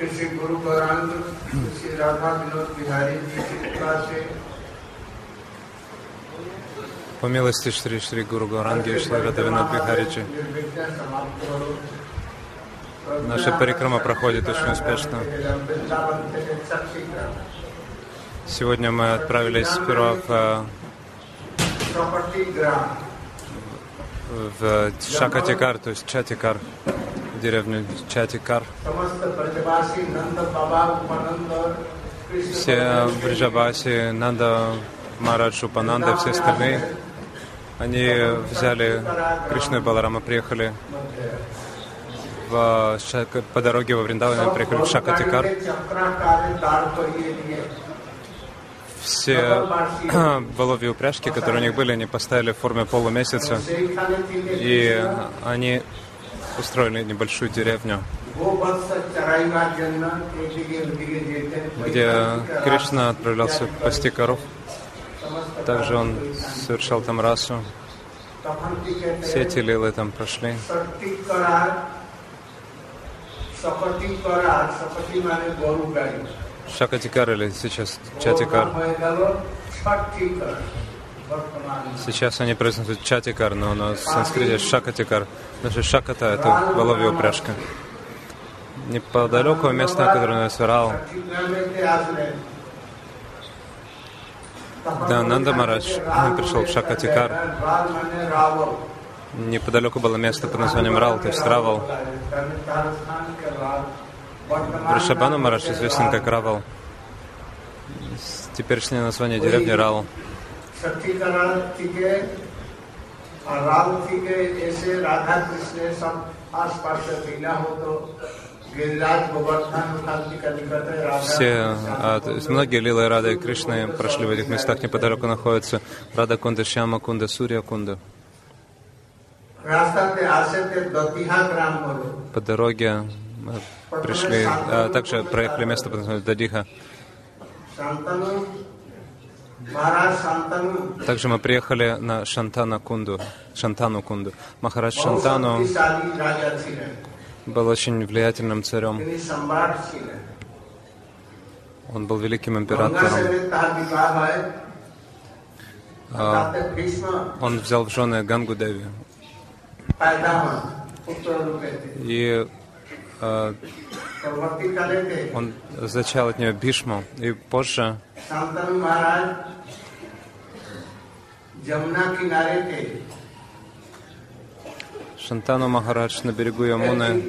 श्री गुरु गौरांग श्री राधा विनोद बिहारी जी की कृपा से По милости Шри Гуру Гауранги и Шри Радhavинод Бихариджи, наша парикрама проходит очень успешно. Сегодня мы отправились сперва в Шакатикар, то есть Чатикар, деревню Чатикар. Все Бриджабаси, Нанда, Марадж, Упананда, все остальные, они взяли Кришну и Баларама, приехали по дороге во Вриндаван, приехали в Шакатикар. Все воловьи упряжки, которые у них были, они поставили в форме полумесяца, и они устроили небольшую деревню, где Кришна отправлялся пасти коров. Также он совершал там расу. Все эти лилы там прошли. Шакатикар или сейчас Чатикар. Сейчас они произносят Чатикар, но на санскрите Шакатикар. Даже Шаката — это воловья упряжка. Неподалеку место, которое называется Рал. Да, Нанда Марадж пришел в Шакатикар. Неподалеку было место под названием Рал, то есть Равал. Вришабхану Марадж известен как Равал. Теперешнее название деревни Рал. Все, многие лилы Рады и Кришны прошли в этих местах. Неподалеку находятся Рада Кунда, Шьяма Кунда, Сурья Кунда. По дороге мы пришли, также проехали место под названием Дадиха. Также мы приехали на Шантану Кунду. Махарадж Шантану был очень влиятельным царем. Он был великим императором. Он взял в жены Гангу Деви. И он зачал от нее Бхишму. И позже Шантану Махарадж на берегу Ямуны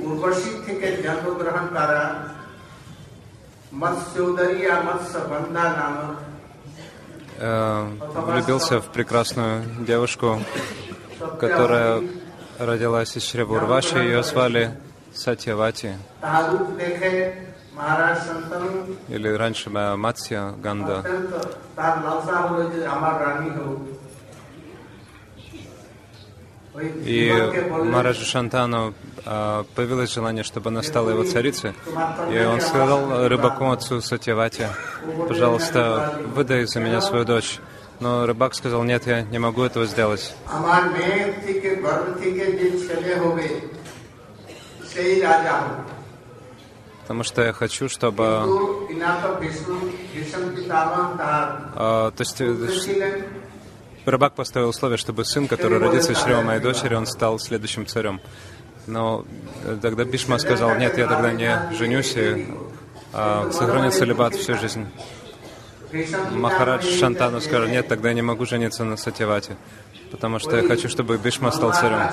влюбился в прекрасную девушку, которая родилась из чрева Урваши. Ее звали Сатьявати. Или раньше Матсья Ганда. И Махараджу Шантану появилось желание, чтобы она стала его царицей. И он сказал рыбаку отцу Сатьявати: пожалуйста, выдай за меня свою дочь. Но рыбак сказал: нет, я не могу этого сделать. Потому что я хочу, чтобы... То есть рыбак поставил условие, чтобы сын, который родится из чрева моей дочери, он стал следующим царем. Но тогда Бхишма сказал: нет, я тогда не женюсь и сохраню целибат всю жизнь. Махарадж Шантану сказал: нет, тогда я не могу жениться на Сатьявати, потому что я хочу, чтобы Бхишма стал царем.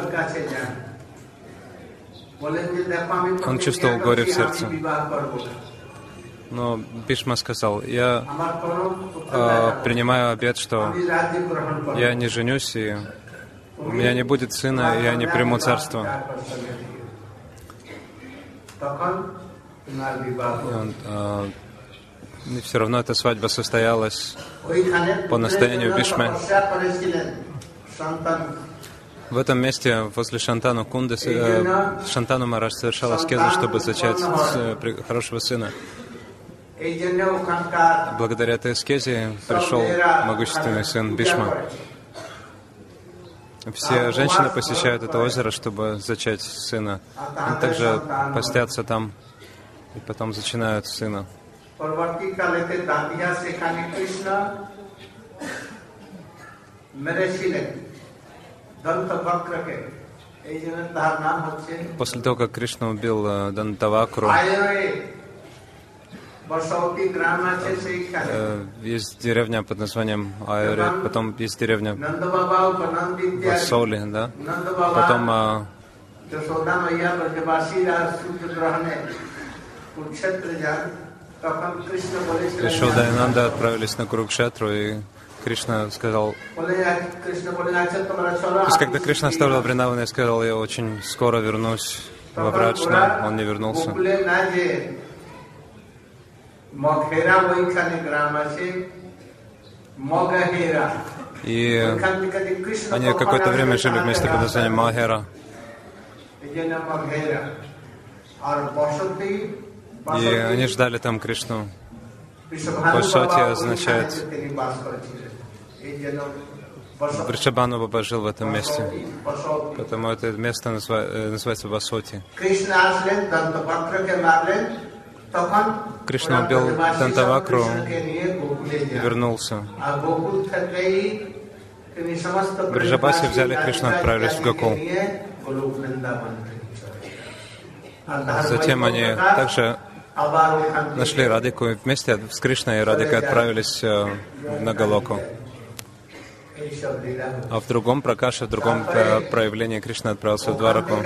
Он чувствовал горе в сердце. Но Бхишма сказал: я принимаю обет, что я не женюсь, и у меня не будет сына, и я не приму царство. И все равно эта свадьба состоялась по настоянию Бхишмы. В этом месте, возле Шантану Кунды, Шантану Махарадж совершал аскезу, чтобы зачать хорошего сына. Благодаря этой аскезе пришел могущественный сын Бхишма. Все женщины посещают это озеро, чтобы зачать сына. Они также постятся там и потом зачинают сына. После того, как Кришна убил Дантавакру, есть деревня под названием Айре, потом есть деревня Басоли, да? Потом Ешода и Нанда отправились на Курукшетру, и Кришна сказал... То есть, когда Кришна оставил Вриндаван, я сказал, я очень скоро вернусь во Врадж, но он не вернулся. И они какое-то время жили вместе под названием Махера. И они ждали там Кришну. Басоти означает... Вришабхану Баба жил в этом месте, поэтому это место называется Басоти. Кришна убил Дантавакру и вернулся. Вриджабаси взяли Кришну и отправились в Гокул. Затем они также нашли Радику и вместе с Кришной и Радикой отправились на Галоку. А в другом пракаше, в другом проявлении Кришна отправился в Двараку.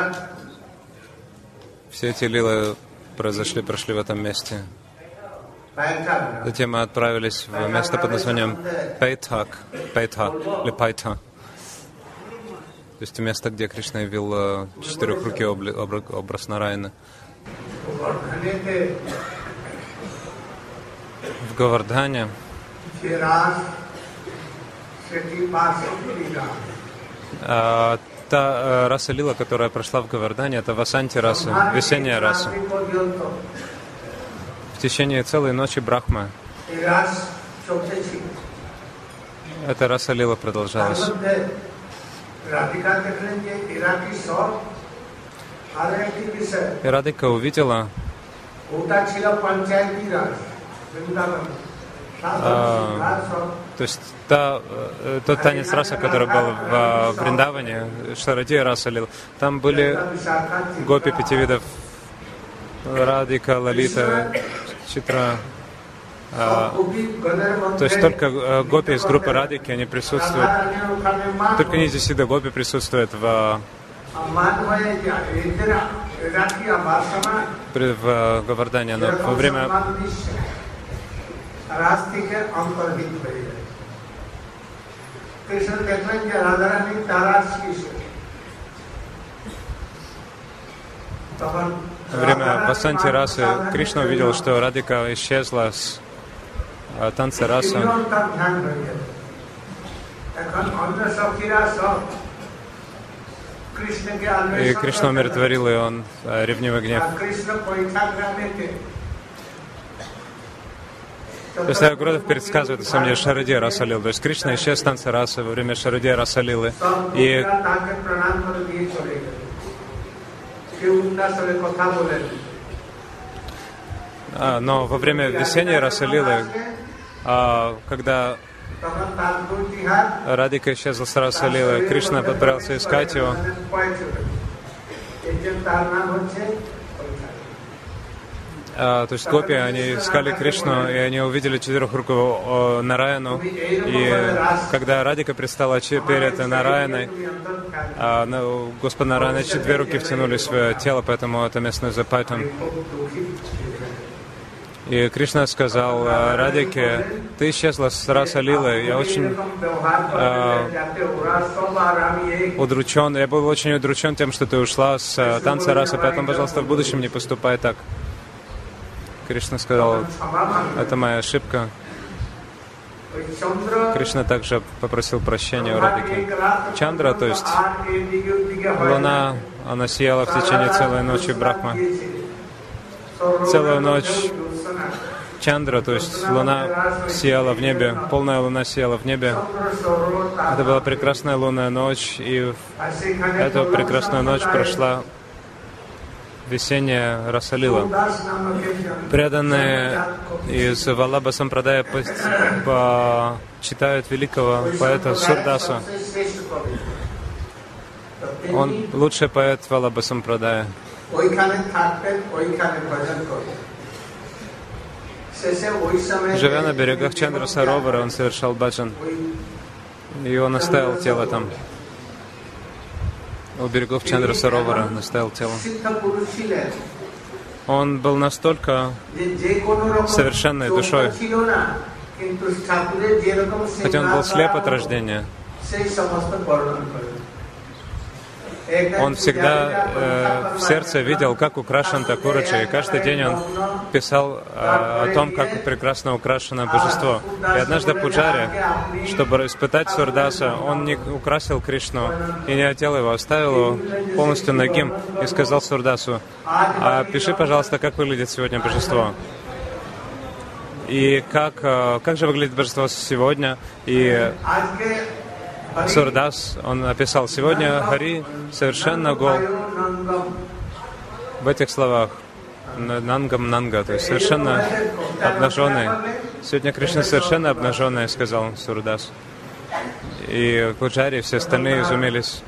Все эти лилы прошли в этом месте. Затем мы отправились в место под названием Пейтха или Пайтха. То есть место, где Кришна явил четырехрукий образ Нараяны. В Говардхане та раса лила, которая прошла в Говардхане, это Васанти раса, весенняя раса. В течение целой ночи Брахма эта раса лила продолжалась. И Радика увидела то есть тот танец раса, который был в Вриндаване, Шарадия раса лил, там были гопи 5 видов: Радика, Лалита, Читра. То есть только гопи из группы Радики, они присутствуют, только Нидисида гопи присутствуют в Говардхане, но во время во время Васанти расы Кришна увидел, что Радика исчезла с танца раса. И Кришна умиротворил, и он ревнивый гнев. То есть Гурудев предсказывает, на самом деле, Шарадия раса лил. То есть Кришна исчез с танца расы во время Шарадия раса лилы. И но во время весенней расы лилы, когда Радика исчезла с расы лилы, Кришна отправился искать его. То есть гопи, они искали Кришну, и они увидели четырехрукого Нараяну. И когда Радика предстала перед Нараяной, Господь Нараяна 2 руки втянулись в тело, поэтому это место называется Пайтом. И Кришна сказал Радике: ты исчезла с раса лилы, я очень удручен, я был очень удручен тем, что ты ушла с танца расы, поэтому, пожалуйста, в будущем не поступай так. Кришна сказал: это моя ошибка. Кришна также попросил прощения у Радики. Чандра, то есть луна, она сияла в течение целой ночи Брахма. Целую ночь Чандра, то есть луна, сияла в небе, полная луна сияла в небе. Это была прекрасная лунная ночь, и эту прекрасную ночь прошла весенняя Расалила. Преданные из Валлабха Сампрадая читают великого поэта Сурдаса. Он лучший поэт Валлабха Сампрадая. Живя на берегах Чандра Саровара, он совершал баджан. И он оставил тело там. У берегов Чандра Саровара оставил тело. Он был настолько совершенной душой, хотя он был слеп от рождения. Он всегда в сердце видел, как украшен Такураджи, и каждый день он писал о том, как прекрасно украшено божество. И однажды Пуджари, чтобы испытать Сурдаса, он не украсил Кришну и не одел его, оставил его полностью нагим и сказал Сурдасу: «Пиши, пожалуйста, как выглядит сегодня божество». И как же выглядит божество сегодня? И Сурдас, он описал: сегодня Хари совершенно гол. В этих словах Нангам Нанга, то есть совершенно обнаженный. Сегодня Кришна совершенно обнаженный, сказал Сурдас. И Пуджари, все остальные изумились.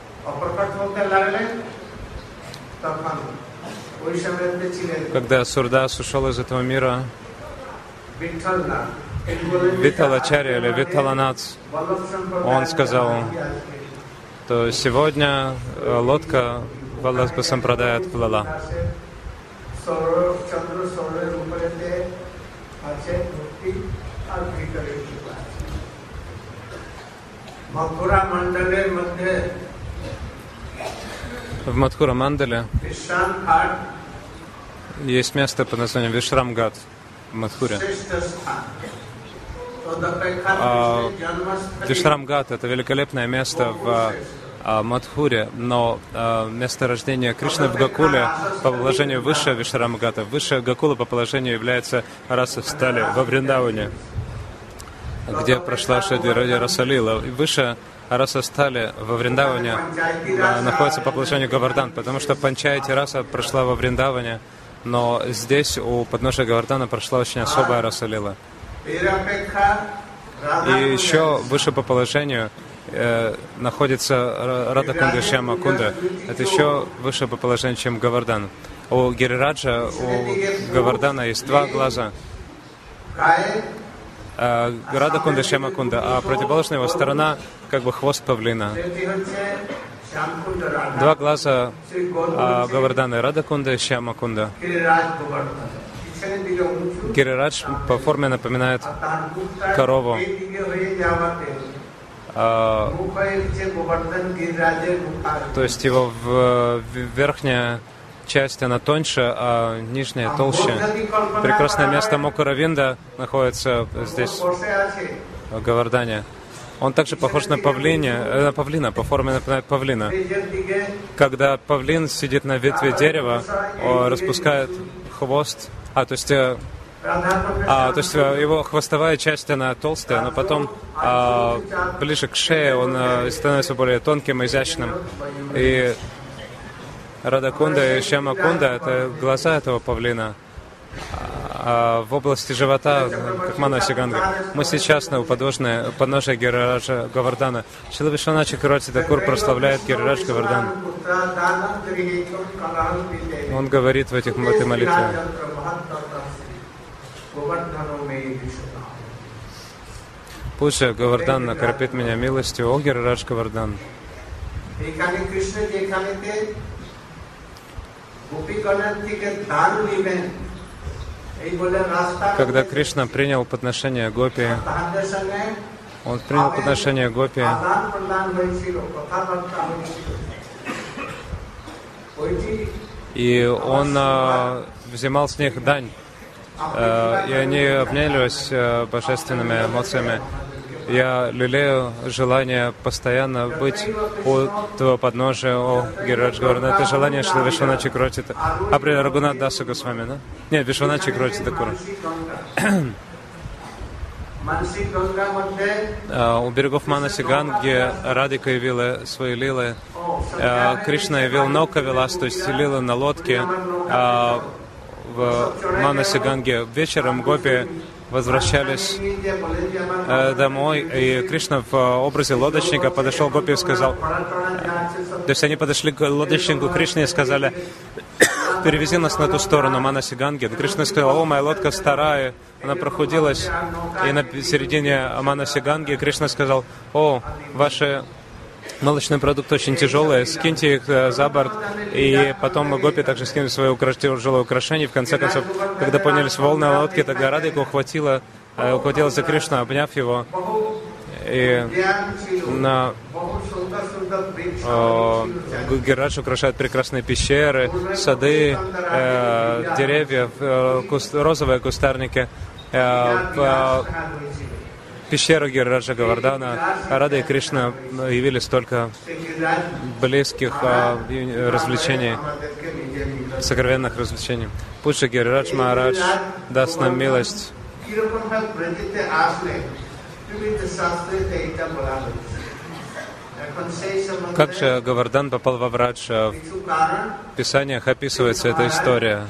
Когда Сурдас ушел из этого мира, Виталачарья или Виталанац, он сказал, что сегодня лодка Валлабха Сампрадая отплыла. В Мадхура Мандале есть место под названием Вишрамгат в Мадхуре. Вишрамгат — это великолепное место в Мадхуре, но место рождения Кришны в Гакуле по положению выше Вишрамгата. Выше Гакула по положению является Раса Стали во Вриндаване, где прошла Шади Расалила. И выше Раса Стали во Вриндаване находится по положению Говардан, потому что Панчайти Раса прошла во Вриндаване, но здесь у подножия Говардана прошла очень особая Расалила. И еще выше по положению находится Радакунда Шьяма Кунда. Это еще выше по положению, чем Говардан. У Гирираджа, у Говардана есть два глаза. Радакунда Шьяма Кунда, а противоположная его сторона как бы хвост павлина. Два глаза Говардана, Радакунда и Шьяма Кунда. Гирирадж по форме напоминает корову. То есть его верхняя часть, она тоньше, а нижняя толще. Прекрасное место Мукуравинда находится здесь, в Говардане. Он также похож на павлина, по форме напоминает павлина. Когда павлин сидит на ветви дерева, распускает хвост, то есть его хвостовая часть, она толстая, но потом ближе к шее он становится более тонким, изящным. И Радакунда и Шьямакунда — это глаза этого павлина. В области живота, как Манаси Ганга. Мы сейчас у подножия Гирираджа Говардана. Шрила Вишванат Чакраварти Такур прославляет Гирирадж Говардан. Он говорит в этой молитве: «Пусть же Говардан окропит меня милостью, о Гирирадж Говардан». Когда Кришна принял подношение гопи, он принял подношение гопи, и он взимал с них дань, и они обменивались божественными эмоциями. Я лелею желание постоянно быть у твоего подножия, о Гирирадж Говардан. Это желание Шрила Вишванат Чакраварти Апри Рагунат Даса Госвами, да? Нет, Вишванат Чакраварти Такура. У берегов Манаси Ганги Радика явила свои лилы. Кришна явил Наука Вилас, то есть лилы на лодке. В Манаси Ганге вечером гопи возвращались домой, и Кришна в образе лодочника подошел к гопи и сказал, то есть они подошли к лодочнику Кришне и сказали: перевези нас на ту сторону Манаси Ганги. Кришна сказал: о, моя лодка старая, она прохудилась. И на середине Манаси Ганги Кришна сказал: о, ваши молочные продукты очень тяжелые, скиньте их за борт. И потом гопи также скинули свои тяжелые украшения. В конце концов, когда поднялись волны лодки, тогда Радика ухватилась за Кришну, обняв его. И на Гирирадж украшают прекрасные пещеры, сады, деревья, розовые кустарники. Пещеру Гирираджа Говардхана, Рада и Кришна явили столько близких развлечений, сокровенных развлечений. Пусть же Гирирадж Махарадж даст нам милость как же Говардхан попал во Врадж? В Писаниях описывается эта история.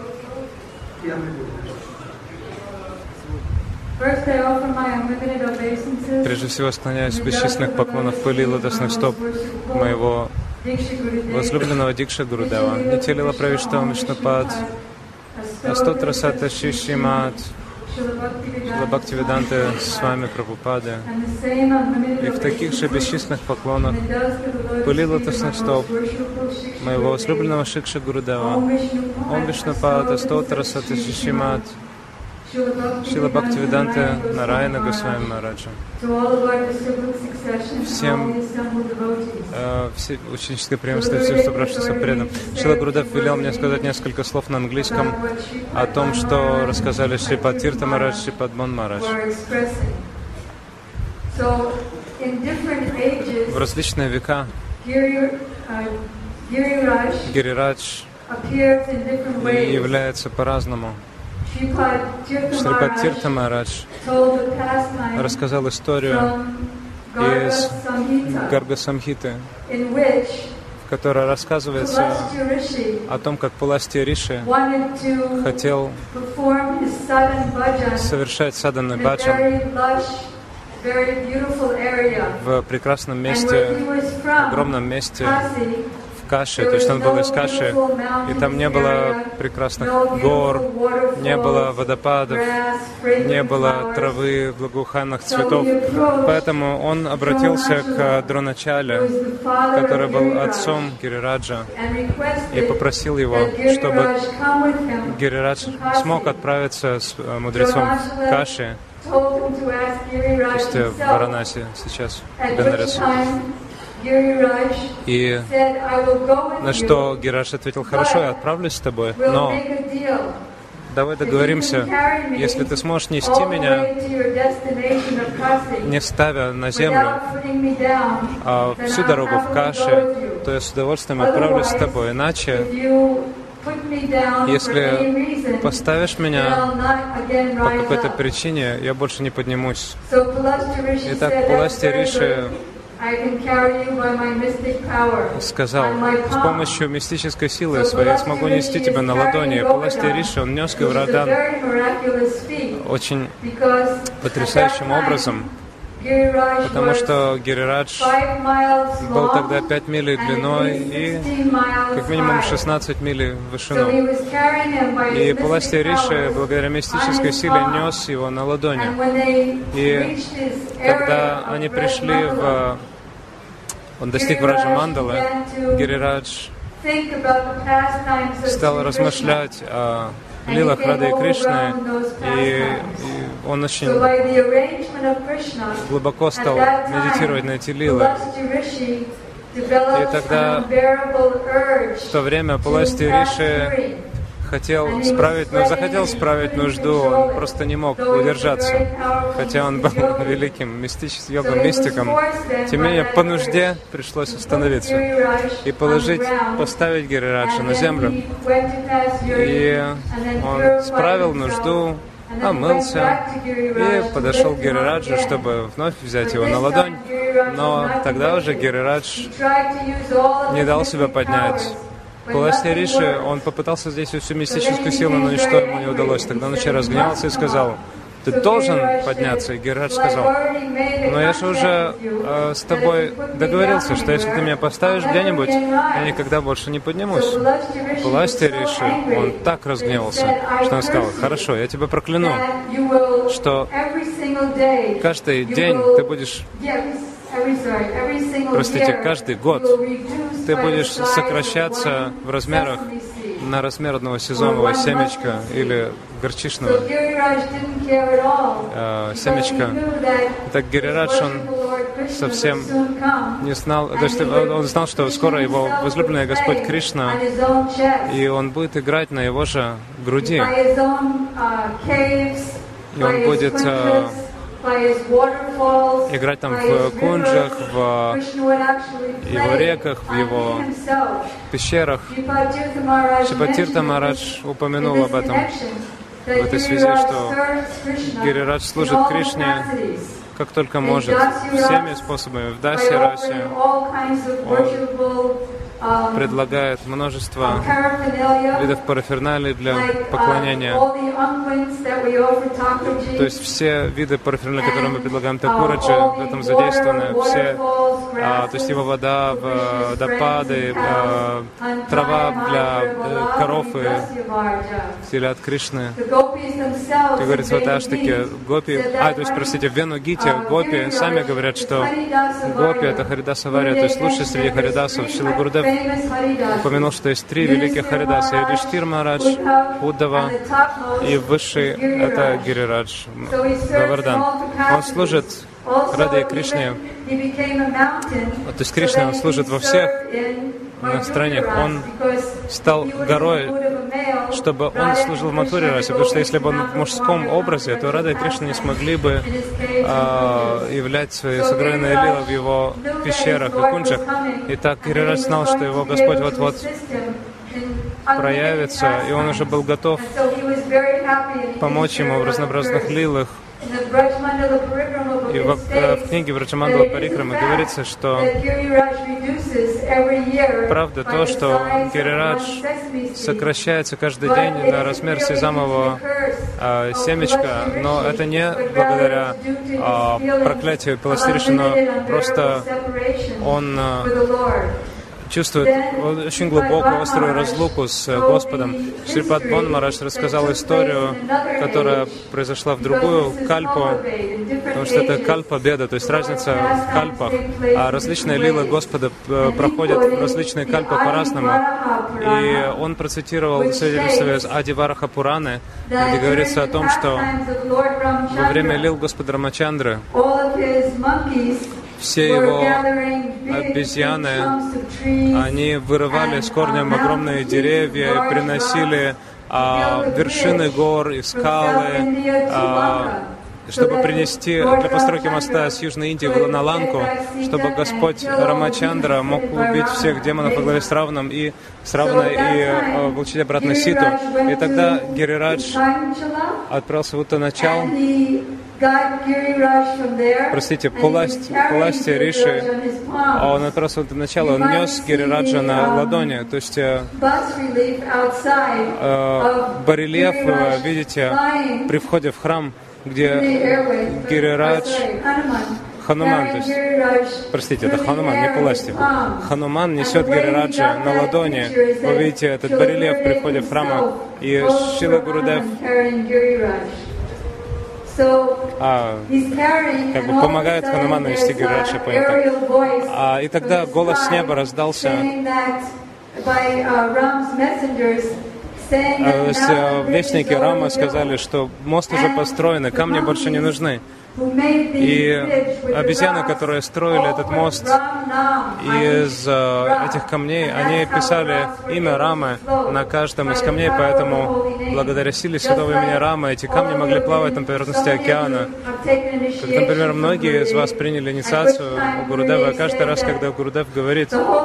Прежде всего склоняюсь в бесчисленных поклонов пыли лотосных стоп моего возлюбленного Дикша Гурудева. Нитилила Правиштава Вишнупад, Астотра Сата Шишимат, Бхактивиданты с вами Прабхупады. И в таких же бесчисленных поклонах пыли лотосных стоп моего возлюбленного Шикша Гурудева. Ом Вишнупад, Астотра Сата Шишимат, Шрила Бхактивиданты Нараяна Госвами Махараджа. Всем все ученическое преемство, всем собравшимся преданным. Шрила Гурудев велел мне сказать несколько слов на английском о том, что рассказали Шрипад Тирта Махарадж, Шрипад Мон Махарадж. В различные века Гирирадж является по-разному. Шрипад Тирта Махарадж рассказал историю из Гарга Самхиты, в которой рассказывается о том, как Пуластья Риши хотел совершать садхана баджан в прекрасном месте, огромном месте, Каши, то есть он был из Каши, и там не было прекрасных гор, не было водопадов, не было травы, благоуханных цветов. Поэтому он обратился к Дроначале, который был отцом Гирираджа, и попросил его, чтобы Гирирадж смог отправиться с мудрецом в Каши, то есть в Варанаси сейчас, в Бенарасе. И на что Гирирадж ответил: хорошо, я отправлюсь с тобой, но давай договоримся, если ты сможешь нести меня, не ставя на землю, а всю дорогу в Каши, то я с удовольствием отправлюсь с тобой. Иначе, если поставишь меня по какой-то причине, я больше не поднимусь. Итак, Пуластья Риши сказал: с помощью мистической силы своей я смогу нести тебя на ладони. Пуластья Риши, он нес Говардхан очень потрясающим образом, потому что Гирирадж был тогда 5 миль длиной и как минимум 16 миль в вышину. И Пуластья Риши, благодаря мистической силе, нес его на ладони. И когда они пришли он достиг Враджа Мандалы, Гирирадж стал размышлять о лилах Рады и Кришны, и он очень глубоко стал медитировать на эти лилы. И тогда, в то время, Пуластья Риши захотел справить нужду, он просто не мог удержаться, хотя он был великим йогом-мистиком. Тем не менее, по нужде пришлось остановиться и поставить Гирираджа на землю. И он справил нужду, омылся и подошел к Гирираджу, чтобы вновь взять его на ладонь. Но тогда уже Гирирадж не дал себя поднять. Пуластья Риши, он попытался здесь всю мистическую силу, но ничто ему не удалось. Тогда он еще разгневался и сказал: ты должен подняться. И Гирирадж сказал: но я же уже с тобой договорился, что если ты меня поставишь где-нибудь, я никогда больше не поднимусь. Пуластья Риши, он так разгневался, что он сказал: хорошо, я тебя прокляну, что каждый день ты будешь... Простите, каждый год ты будешь сокращаться в размерах на размер одного сезонного семечка или горчичного семечка. Так Гирирадж, он совсем не знал, то есть он знал, что скоро его возлюбленный Господь Кришна, и он будет играть на его же груди. И он будет играть там в кунджах, в его реках, в его пещерах. Шипатирта Марадж упомянул об этом в этой связи, что Гирирадж служит Кришне как только может, всеми способами. В Даси Расе он предлагает множество видов параферналий для поклонения. То есть все виды параферналий, которые мы предлагаем Такураджи, в этом задействованы. Все, то есть его вода, водопады, трава для коров и в стиле от Кришны. Как говорится в этой аштаке, гопи, то есть, простите, в Вену-гите гопи сами говорят, что гопи — это Харидаса Варья, то есть лучший среди харидасов. Шрила Гурудев упомянул, что есть 3 великих харидаса: Юдхиштхир Махарадж, Уддава и высший — это Гирирадж Говардан. Он служит Раде Кришне, то есть Кришна, он служит во всех стране. Он стал горой, чтобы он служил в Матхуре Расе, потому что если бы он в мужском образе, то Рада и Кришна не смогли бы являть свои согройные лилы в его пещерах и кунджах. И так Гирирадж знал, что его Господь вот-вот проявится, и он уже был готов помочь ему в разнообразных лилах. И в книге Враджамандала Парикрама говорится, что правда то, что Гирирадж сокращается каждый день на размер сезамового семечка, но это не благодаря проклятию Пуластья, но просто он чувствует очень глубокую, острую разлуку с Господом. Шрипад Бон Марадж рассказал историю, которая произошла в другую кальпу, потому что это кальпа-беда, то есть разница в кальпах. А различные лилы Господа проходят в различные кальпы по-разному. И он процитировал свидетельство из Ади-Вараха Пураны, где говорится о том, что во время лил Господа Рамачандры все его обезьяны, они вырывали с корнем огромные деревья, приносили вершины гор и скалы, чтобы принести для постройки моста с Южной Индии в Ланаланку, чтобы Господь Рамачандра мог убить всех демонов во главе с Раваном и получить обратно Ситу. И тогда Гирирадж отправился в Уттаначал, Пуластья Риши, он отправился в Уттаначал, он нес Гирираджа на ладони, то есть барельеф, видите, при входе в храм, где Гирирадж, Хануман, то есть, простите, это Хануман, не Пуластья. Хануман несет Гирираджа на ладони. Вы видите этот барельеф при входе в храм, и Шрила Гурудев как бы помогает Хануману нести Гирираджа, понял. И тогда голос с неба раздался. Вестники Рама сказали, что мост уже построен, и камни больше не нужны. И обезьяны, которые строили этот мост из этих камней, они писали имя Рамы на каждом из камней, поэтому благодаря силе святого имени Рамы эти камни могли плавать на поверхности океана. Как, например, многие из вас приняли инициацию у Гурудева, каждый раз, когда Гурудев говорит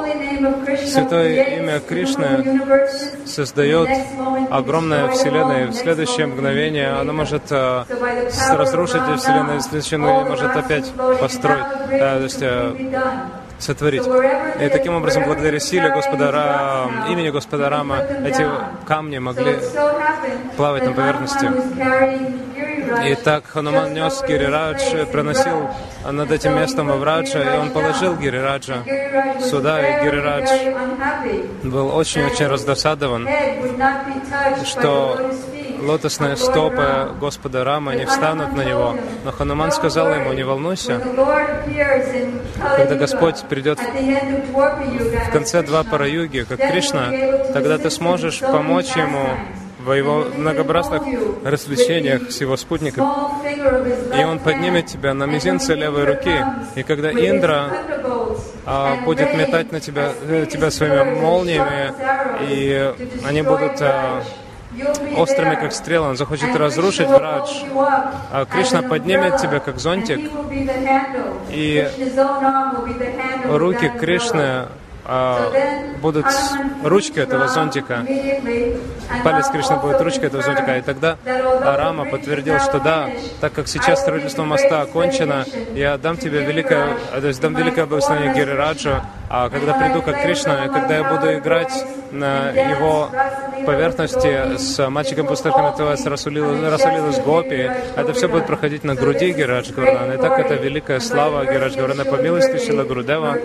Святое имя Кришны создает огромное Вселенную. В следующее мгновение оно может разрушить Вселенную, в следующее мгновение может опять построить, то есть сотворить. И таким образом, благодаря силе Господа имени Господа Рама, эти камни могли плавать на поверхности. И так Хануман нес Гирирадж, проносил над этим местом Вавраджа, и он положил Гирираджа сюда, и Гирирадж был очень-очень раздосадован, что лотосные стопы Господа Рама не встанут на него. Но Хануман сказал ему: не волнуйся, когда Господь придет в конце Двапара-юги, как Кришна, тогда ты сможешь помочь ему в его многообразных развлечениях с его спутниками. И он поднимет тебя на мизинце левой руки. И когда Индра будет метать на тебя своими молниями, и они будут острыми, как стрелы, он захочет разрушить Врадж, а Кришна поднимет тебя, как зонтик, и руки Кришны будут ручкой этого зонтика. Палец Кришны будет ручкой этого зонтика. И тогда Рама подтвердил, что да, так как сейчас строительство моста окончено, я дам тебе великое благословение Гирираджу, а когда приду как Кришна, и когда я буду играть на его поверхности с мальчиком-пустышком, с Расулила с Гопи, это все будет проходить на груди Гирираджа Говардхана. И так это великая слава Гирираджа Говардхана по милости Шрила Гурудева.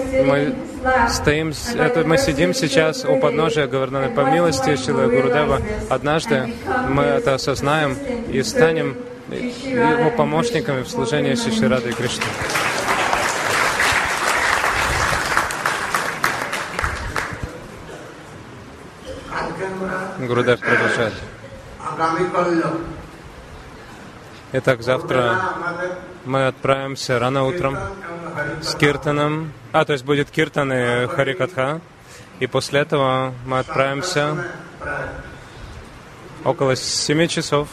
Мы сидим сейчас у подножия Говардхана по милости Шрила Гурудева. Однажды мы это осознаем и станем его помощниками в служении Шри Рады Кришны. Гурудев продолжает. Итак, завтра мы отправимся рано утром с киртаном. То есть будет киртан и харикатха. И после этого мы отправимся около 7 часов.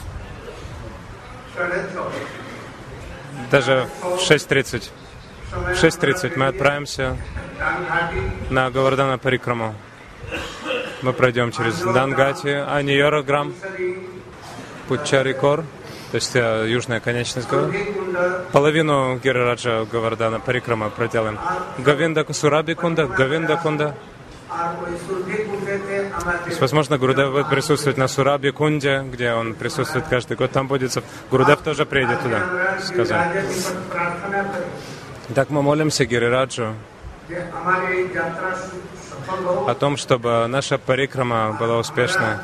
Даже в 6:30. В 6:30 мы отправимся на Говардхана Парикраму. Мы пройдем через Дангати, Аниораграм, Пучарикор, то есть южная конечность горы. Половину Гирираджа Говардхана Парикрама проделаем. Говинда Сураби Кунда, Говинда Кунда. То есть, возможно, Гурудев будет присутствовать на Сураби Кунде, где он присутствует каждый год. Там будет... Гурудев тоже приедет туда, сказал. Так мы молимся Гирираджу о том, чтобы наша парикрама была успешной,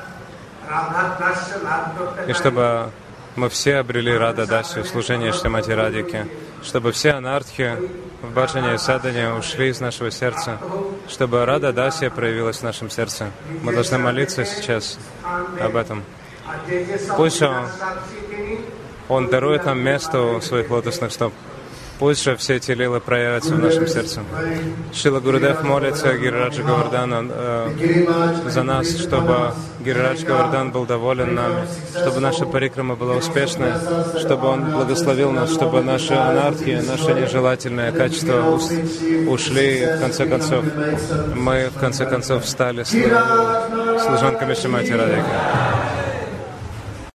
и чтобы мы все обрели Рада Дасю, служение Шримати Радике, чтобы все анархи в баджане и садане ушли из нашего сердца, чтобы Рада Дасия проявилась в нашем сердце. Мы должны молиться сейчас об этом. Пусть Он дарует нам место у своих лотосных стоп. Пусть же все эти лилы проявятся в нашем сердце. Шрила Гурудев молится Гирираджа Говардхана за нас, чтобы Гирирадж Говардхан был доволен нами, чтобы наша парикрама была успешной, чтобы он благословил нас, чтобы наши анархии, наши нежелательные качества ушли, и в конце концов мы стали служанками Шримати Радхики.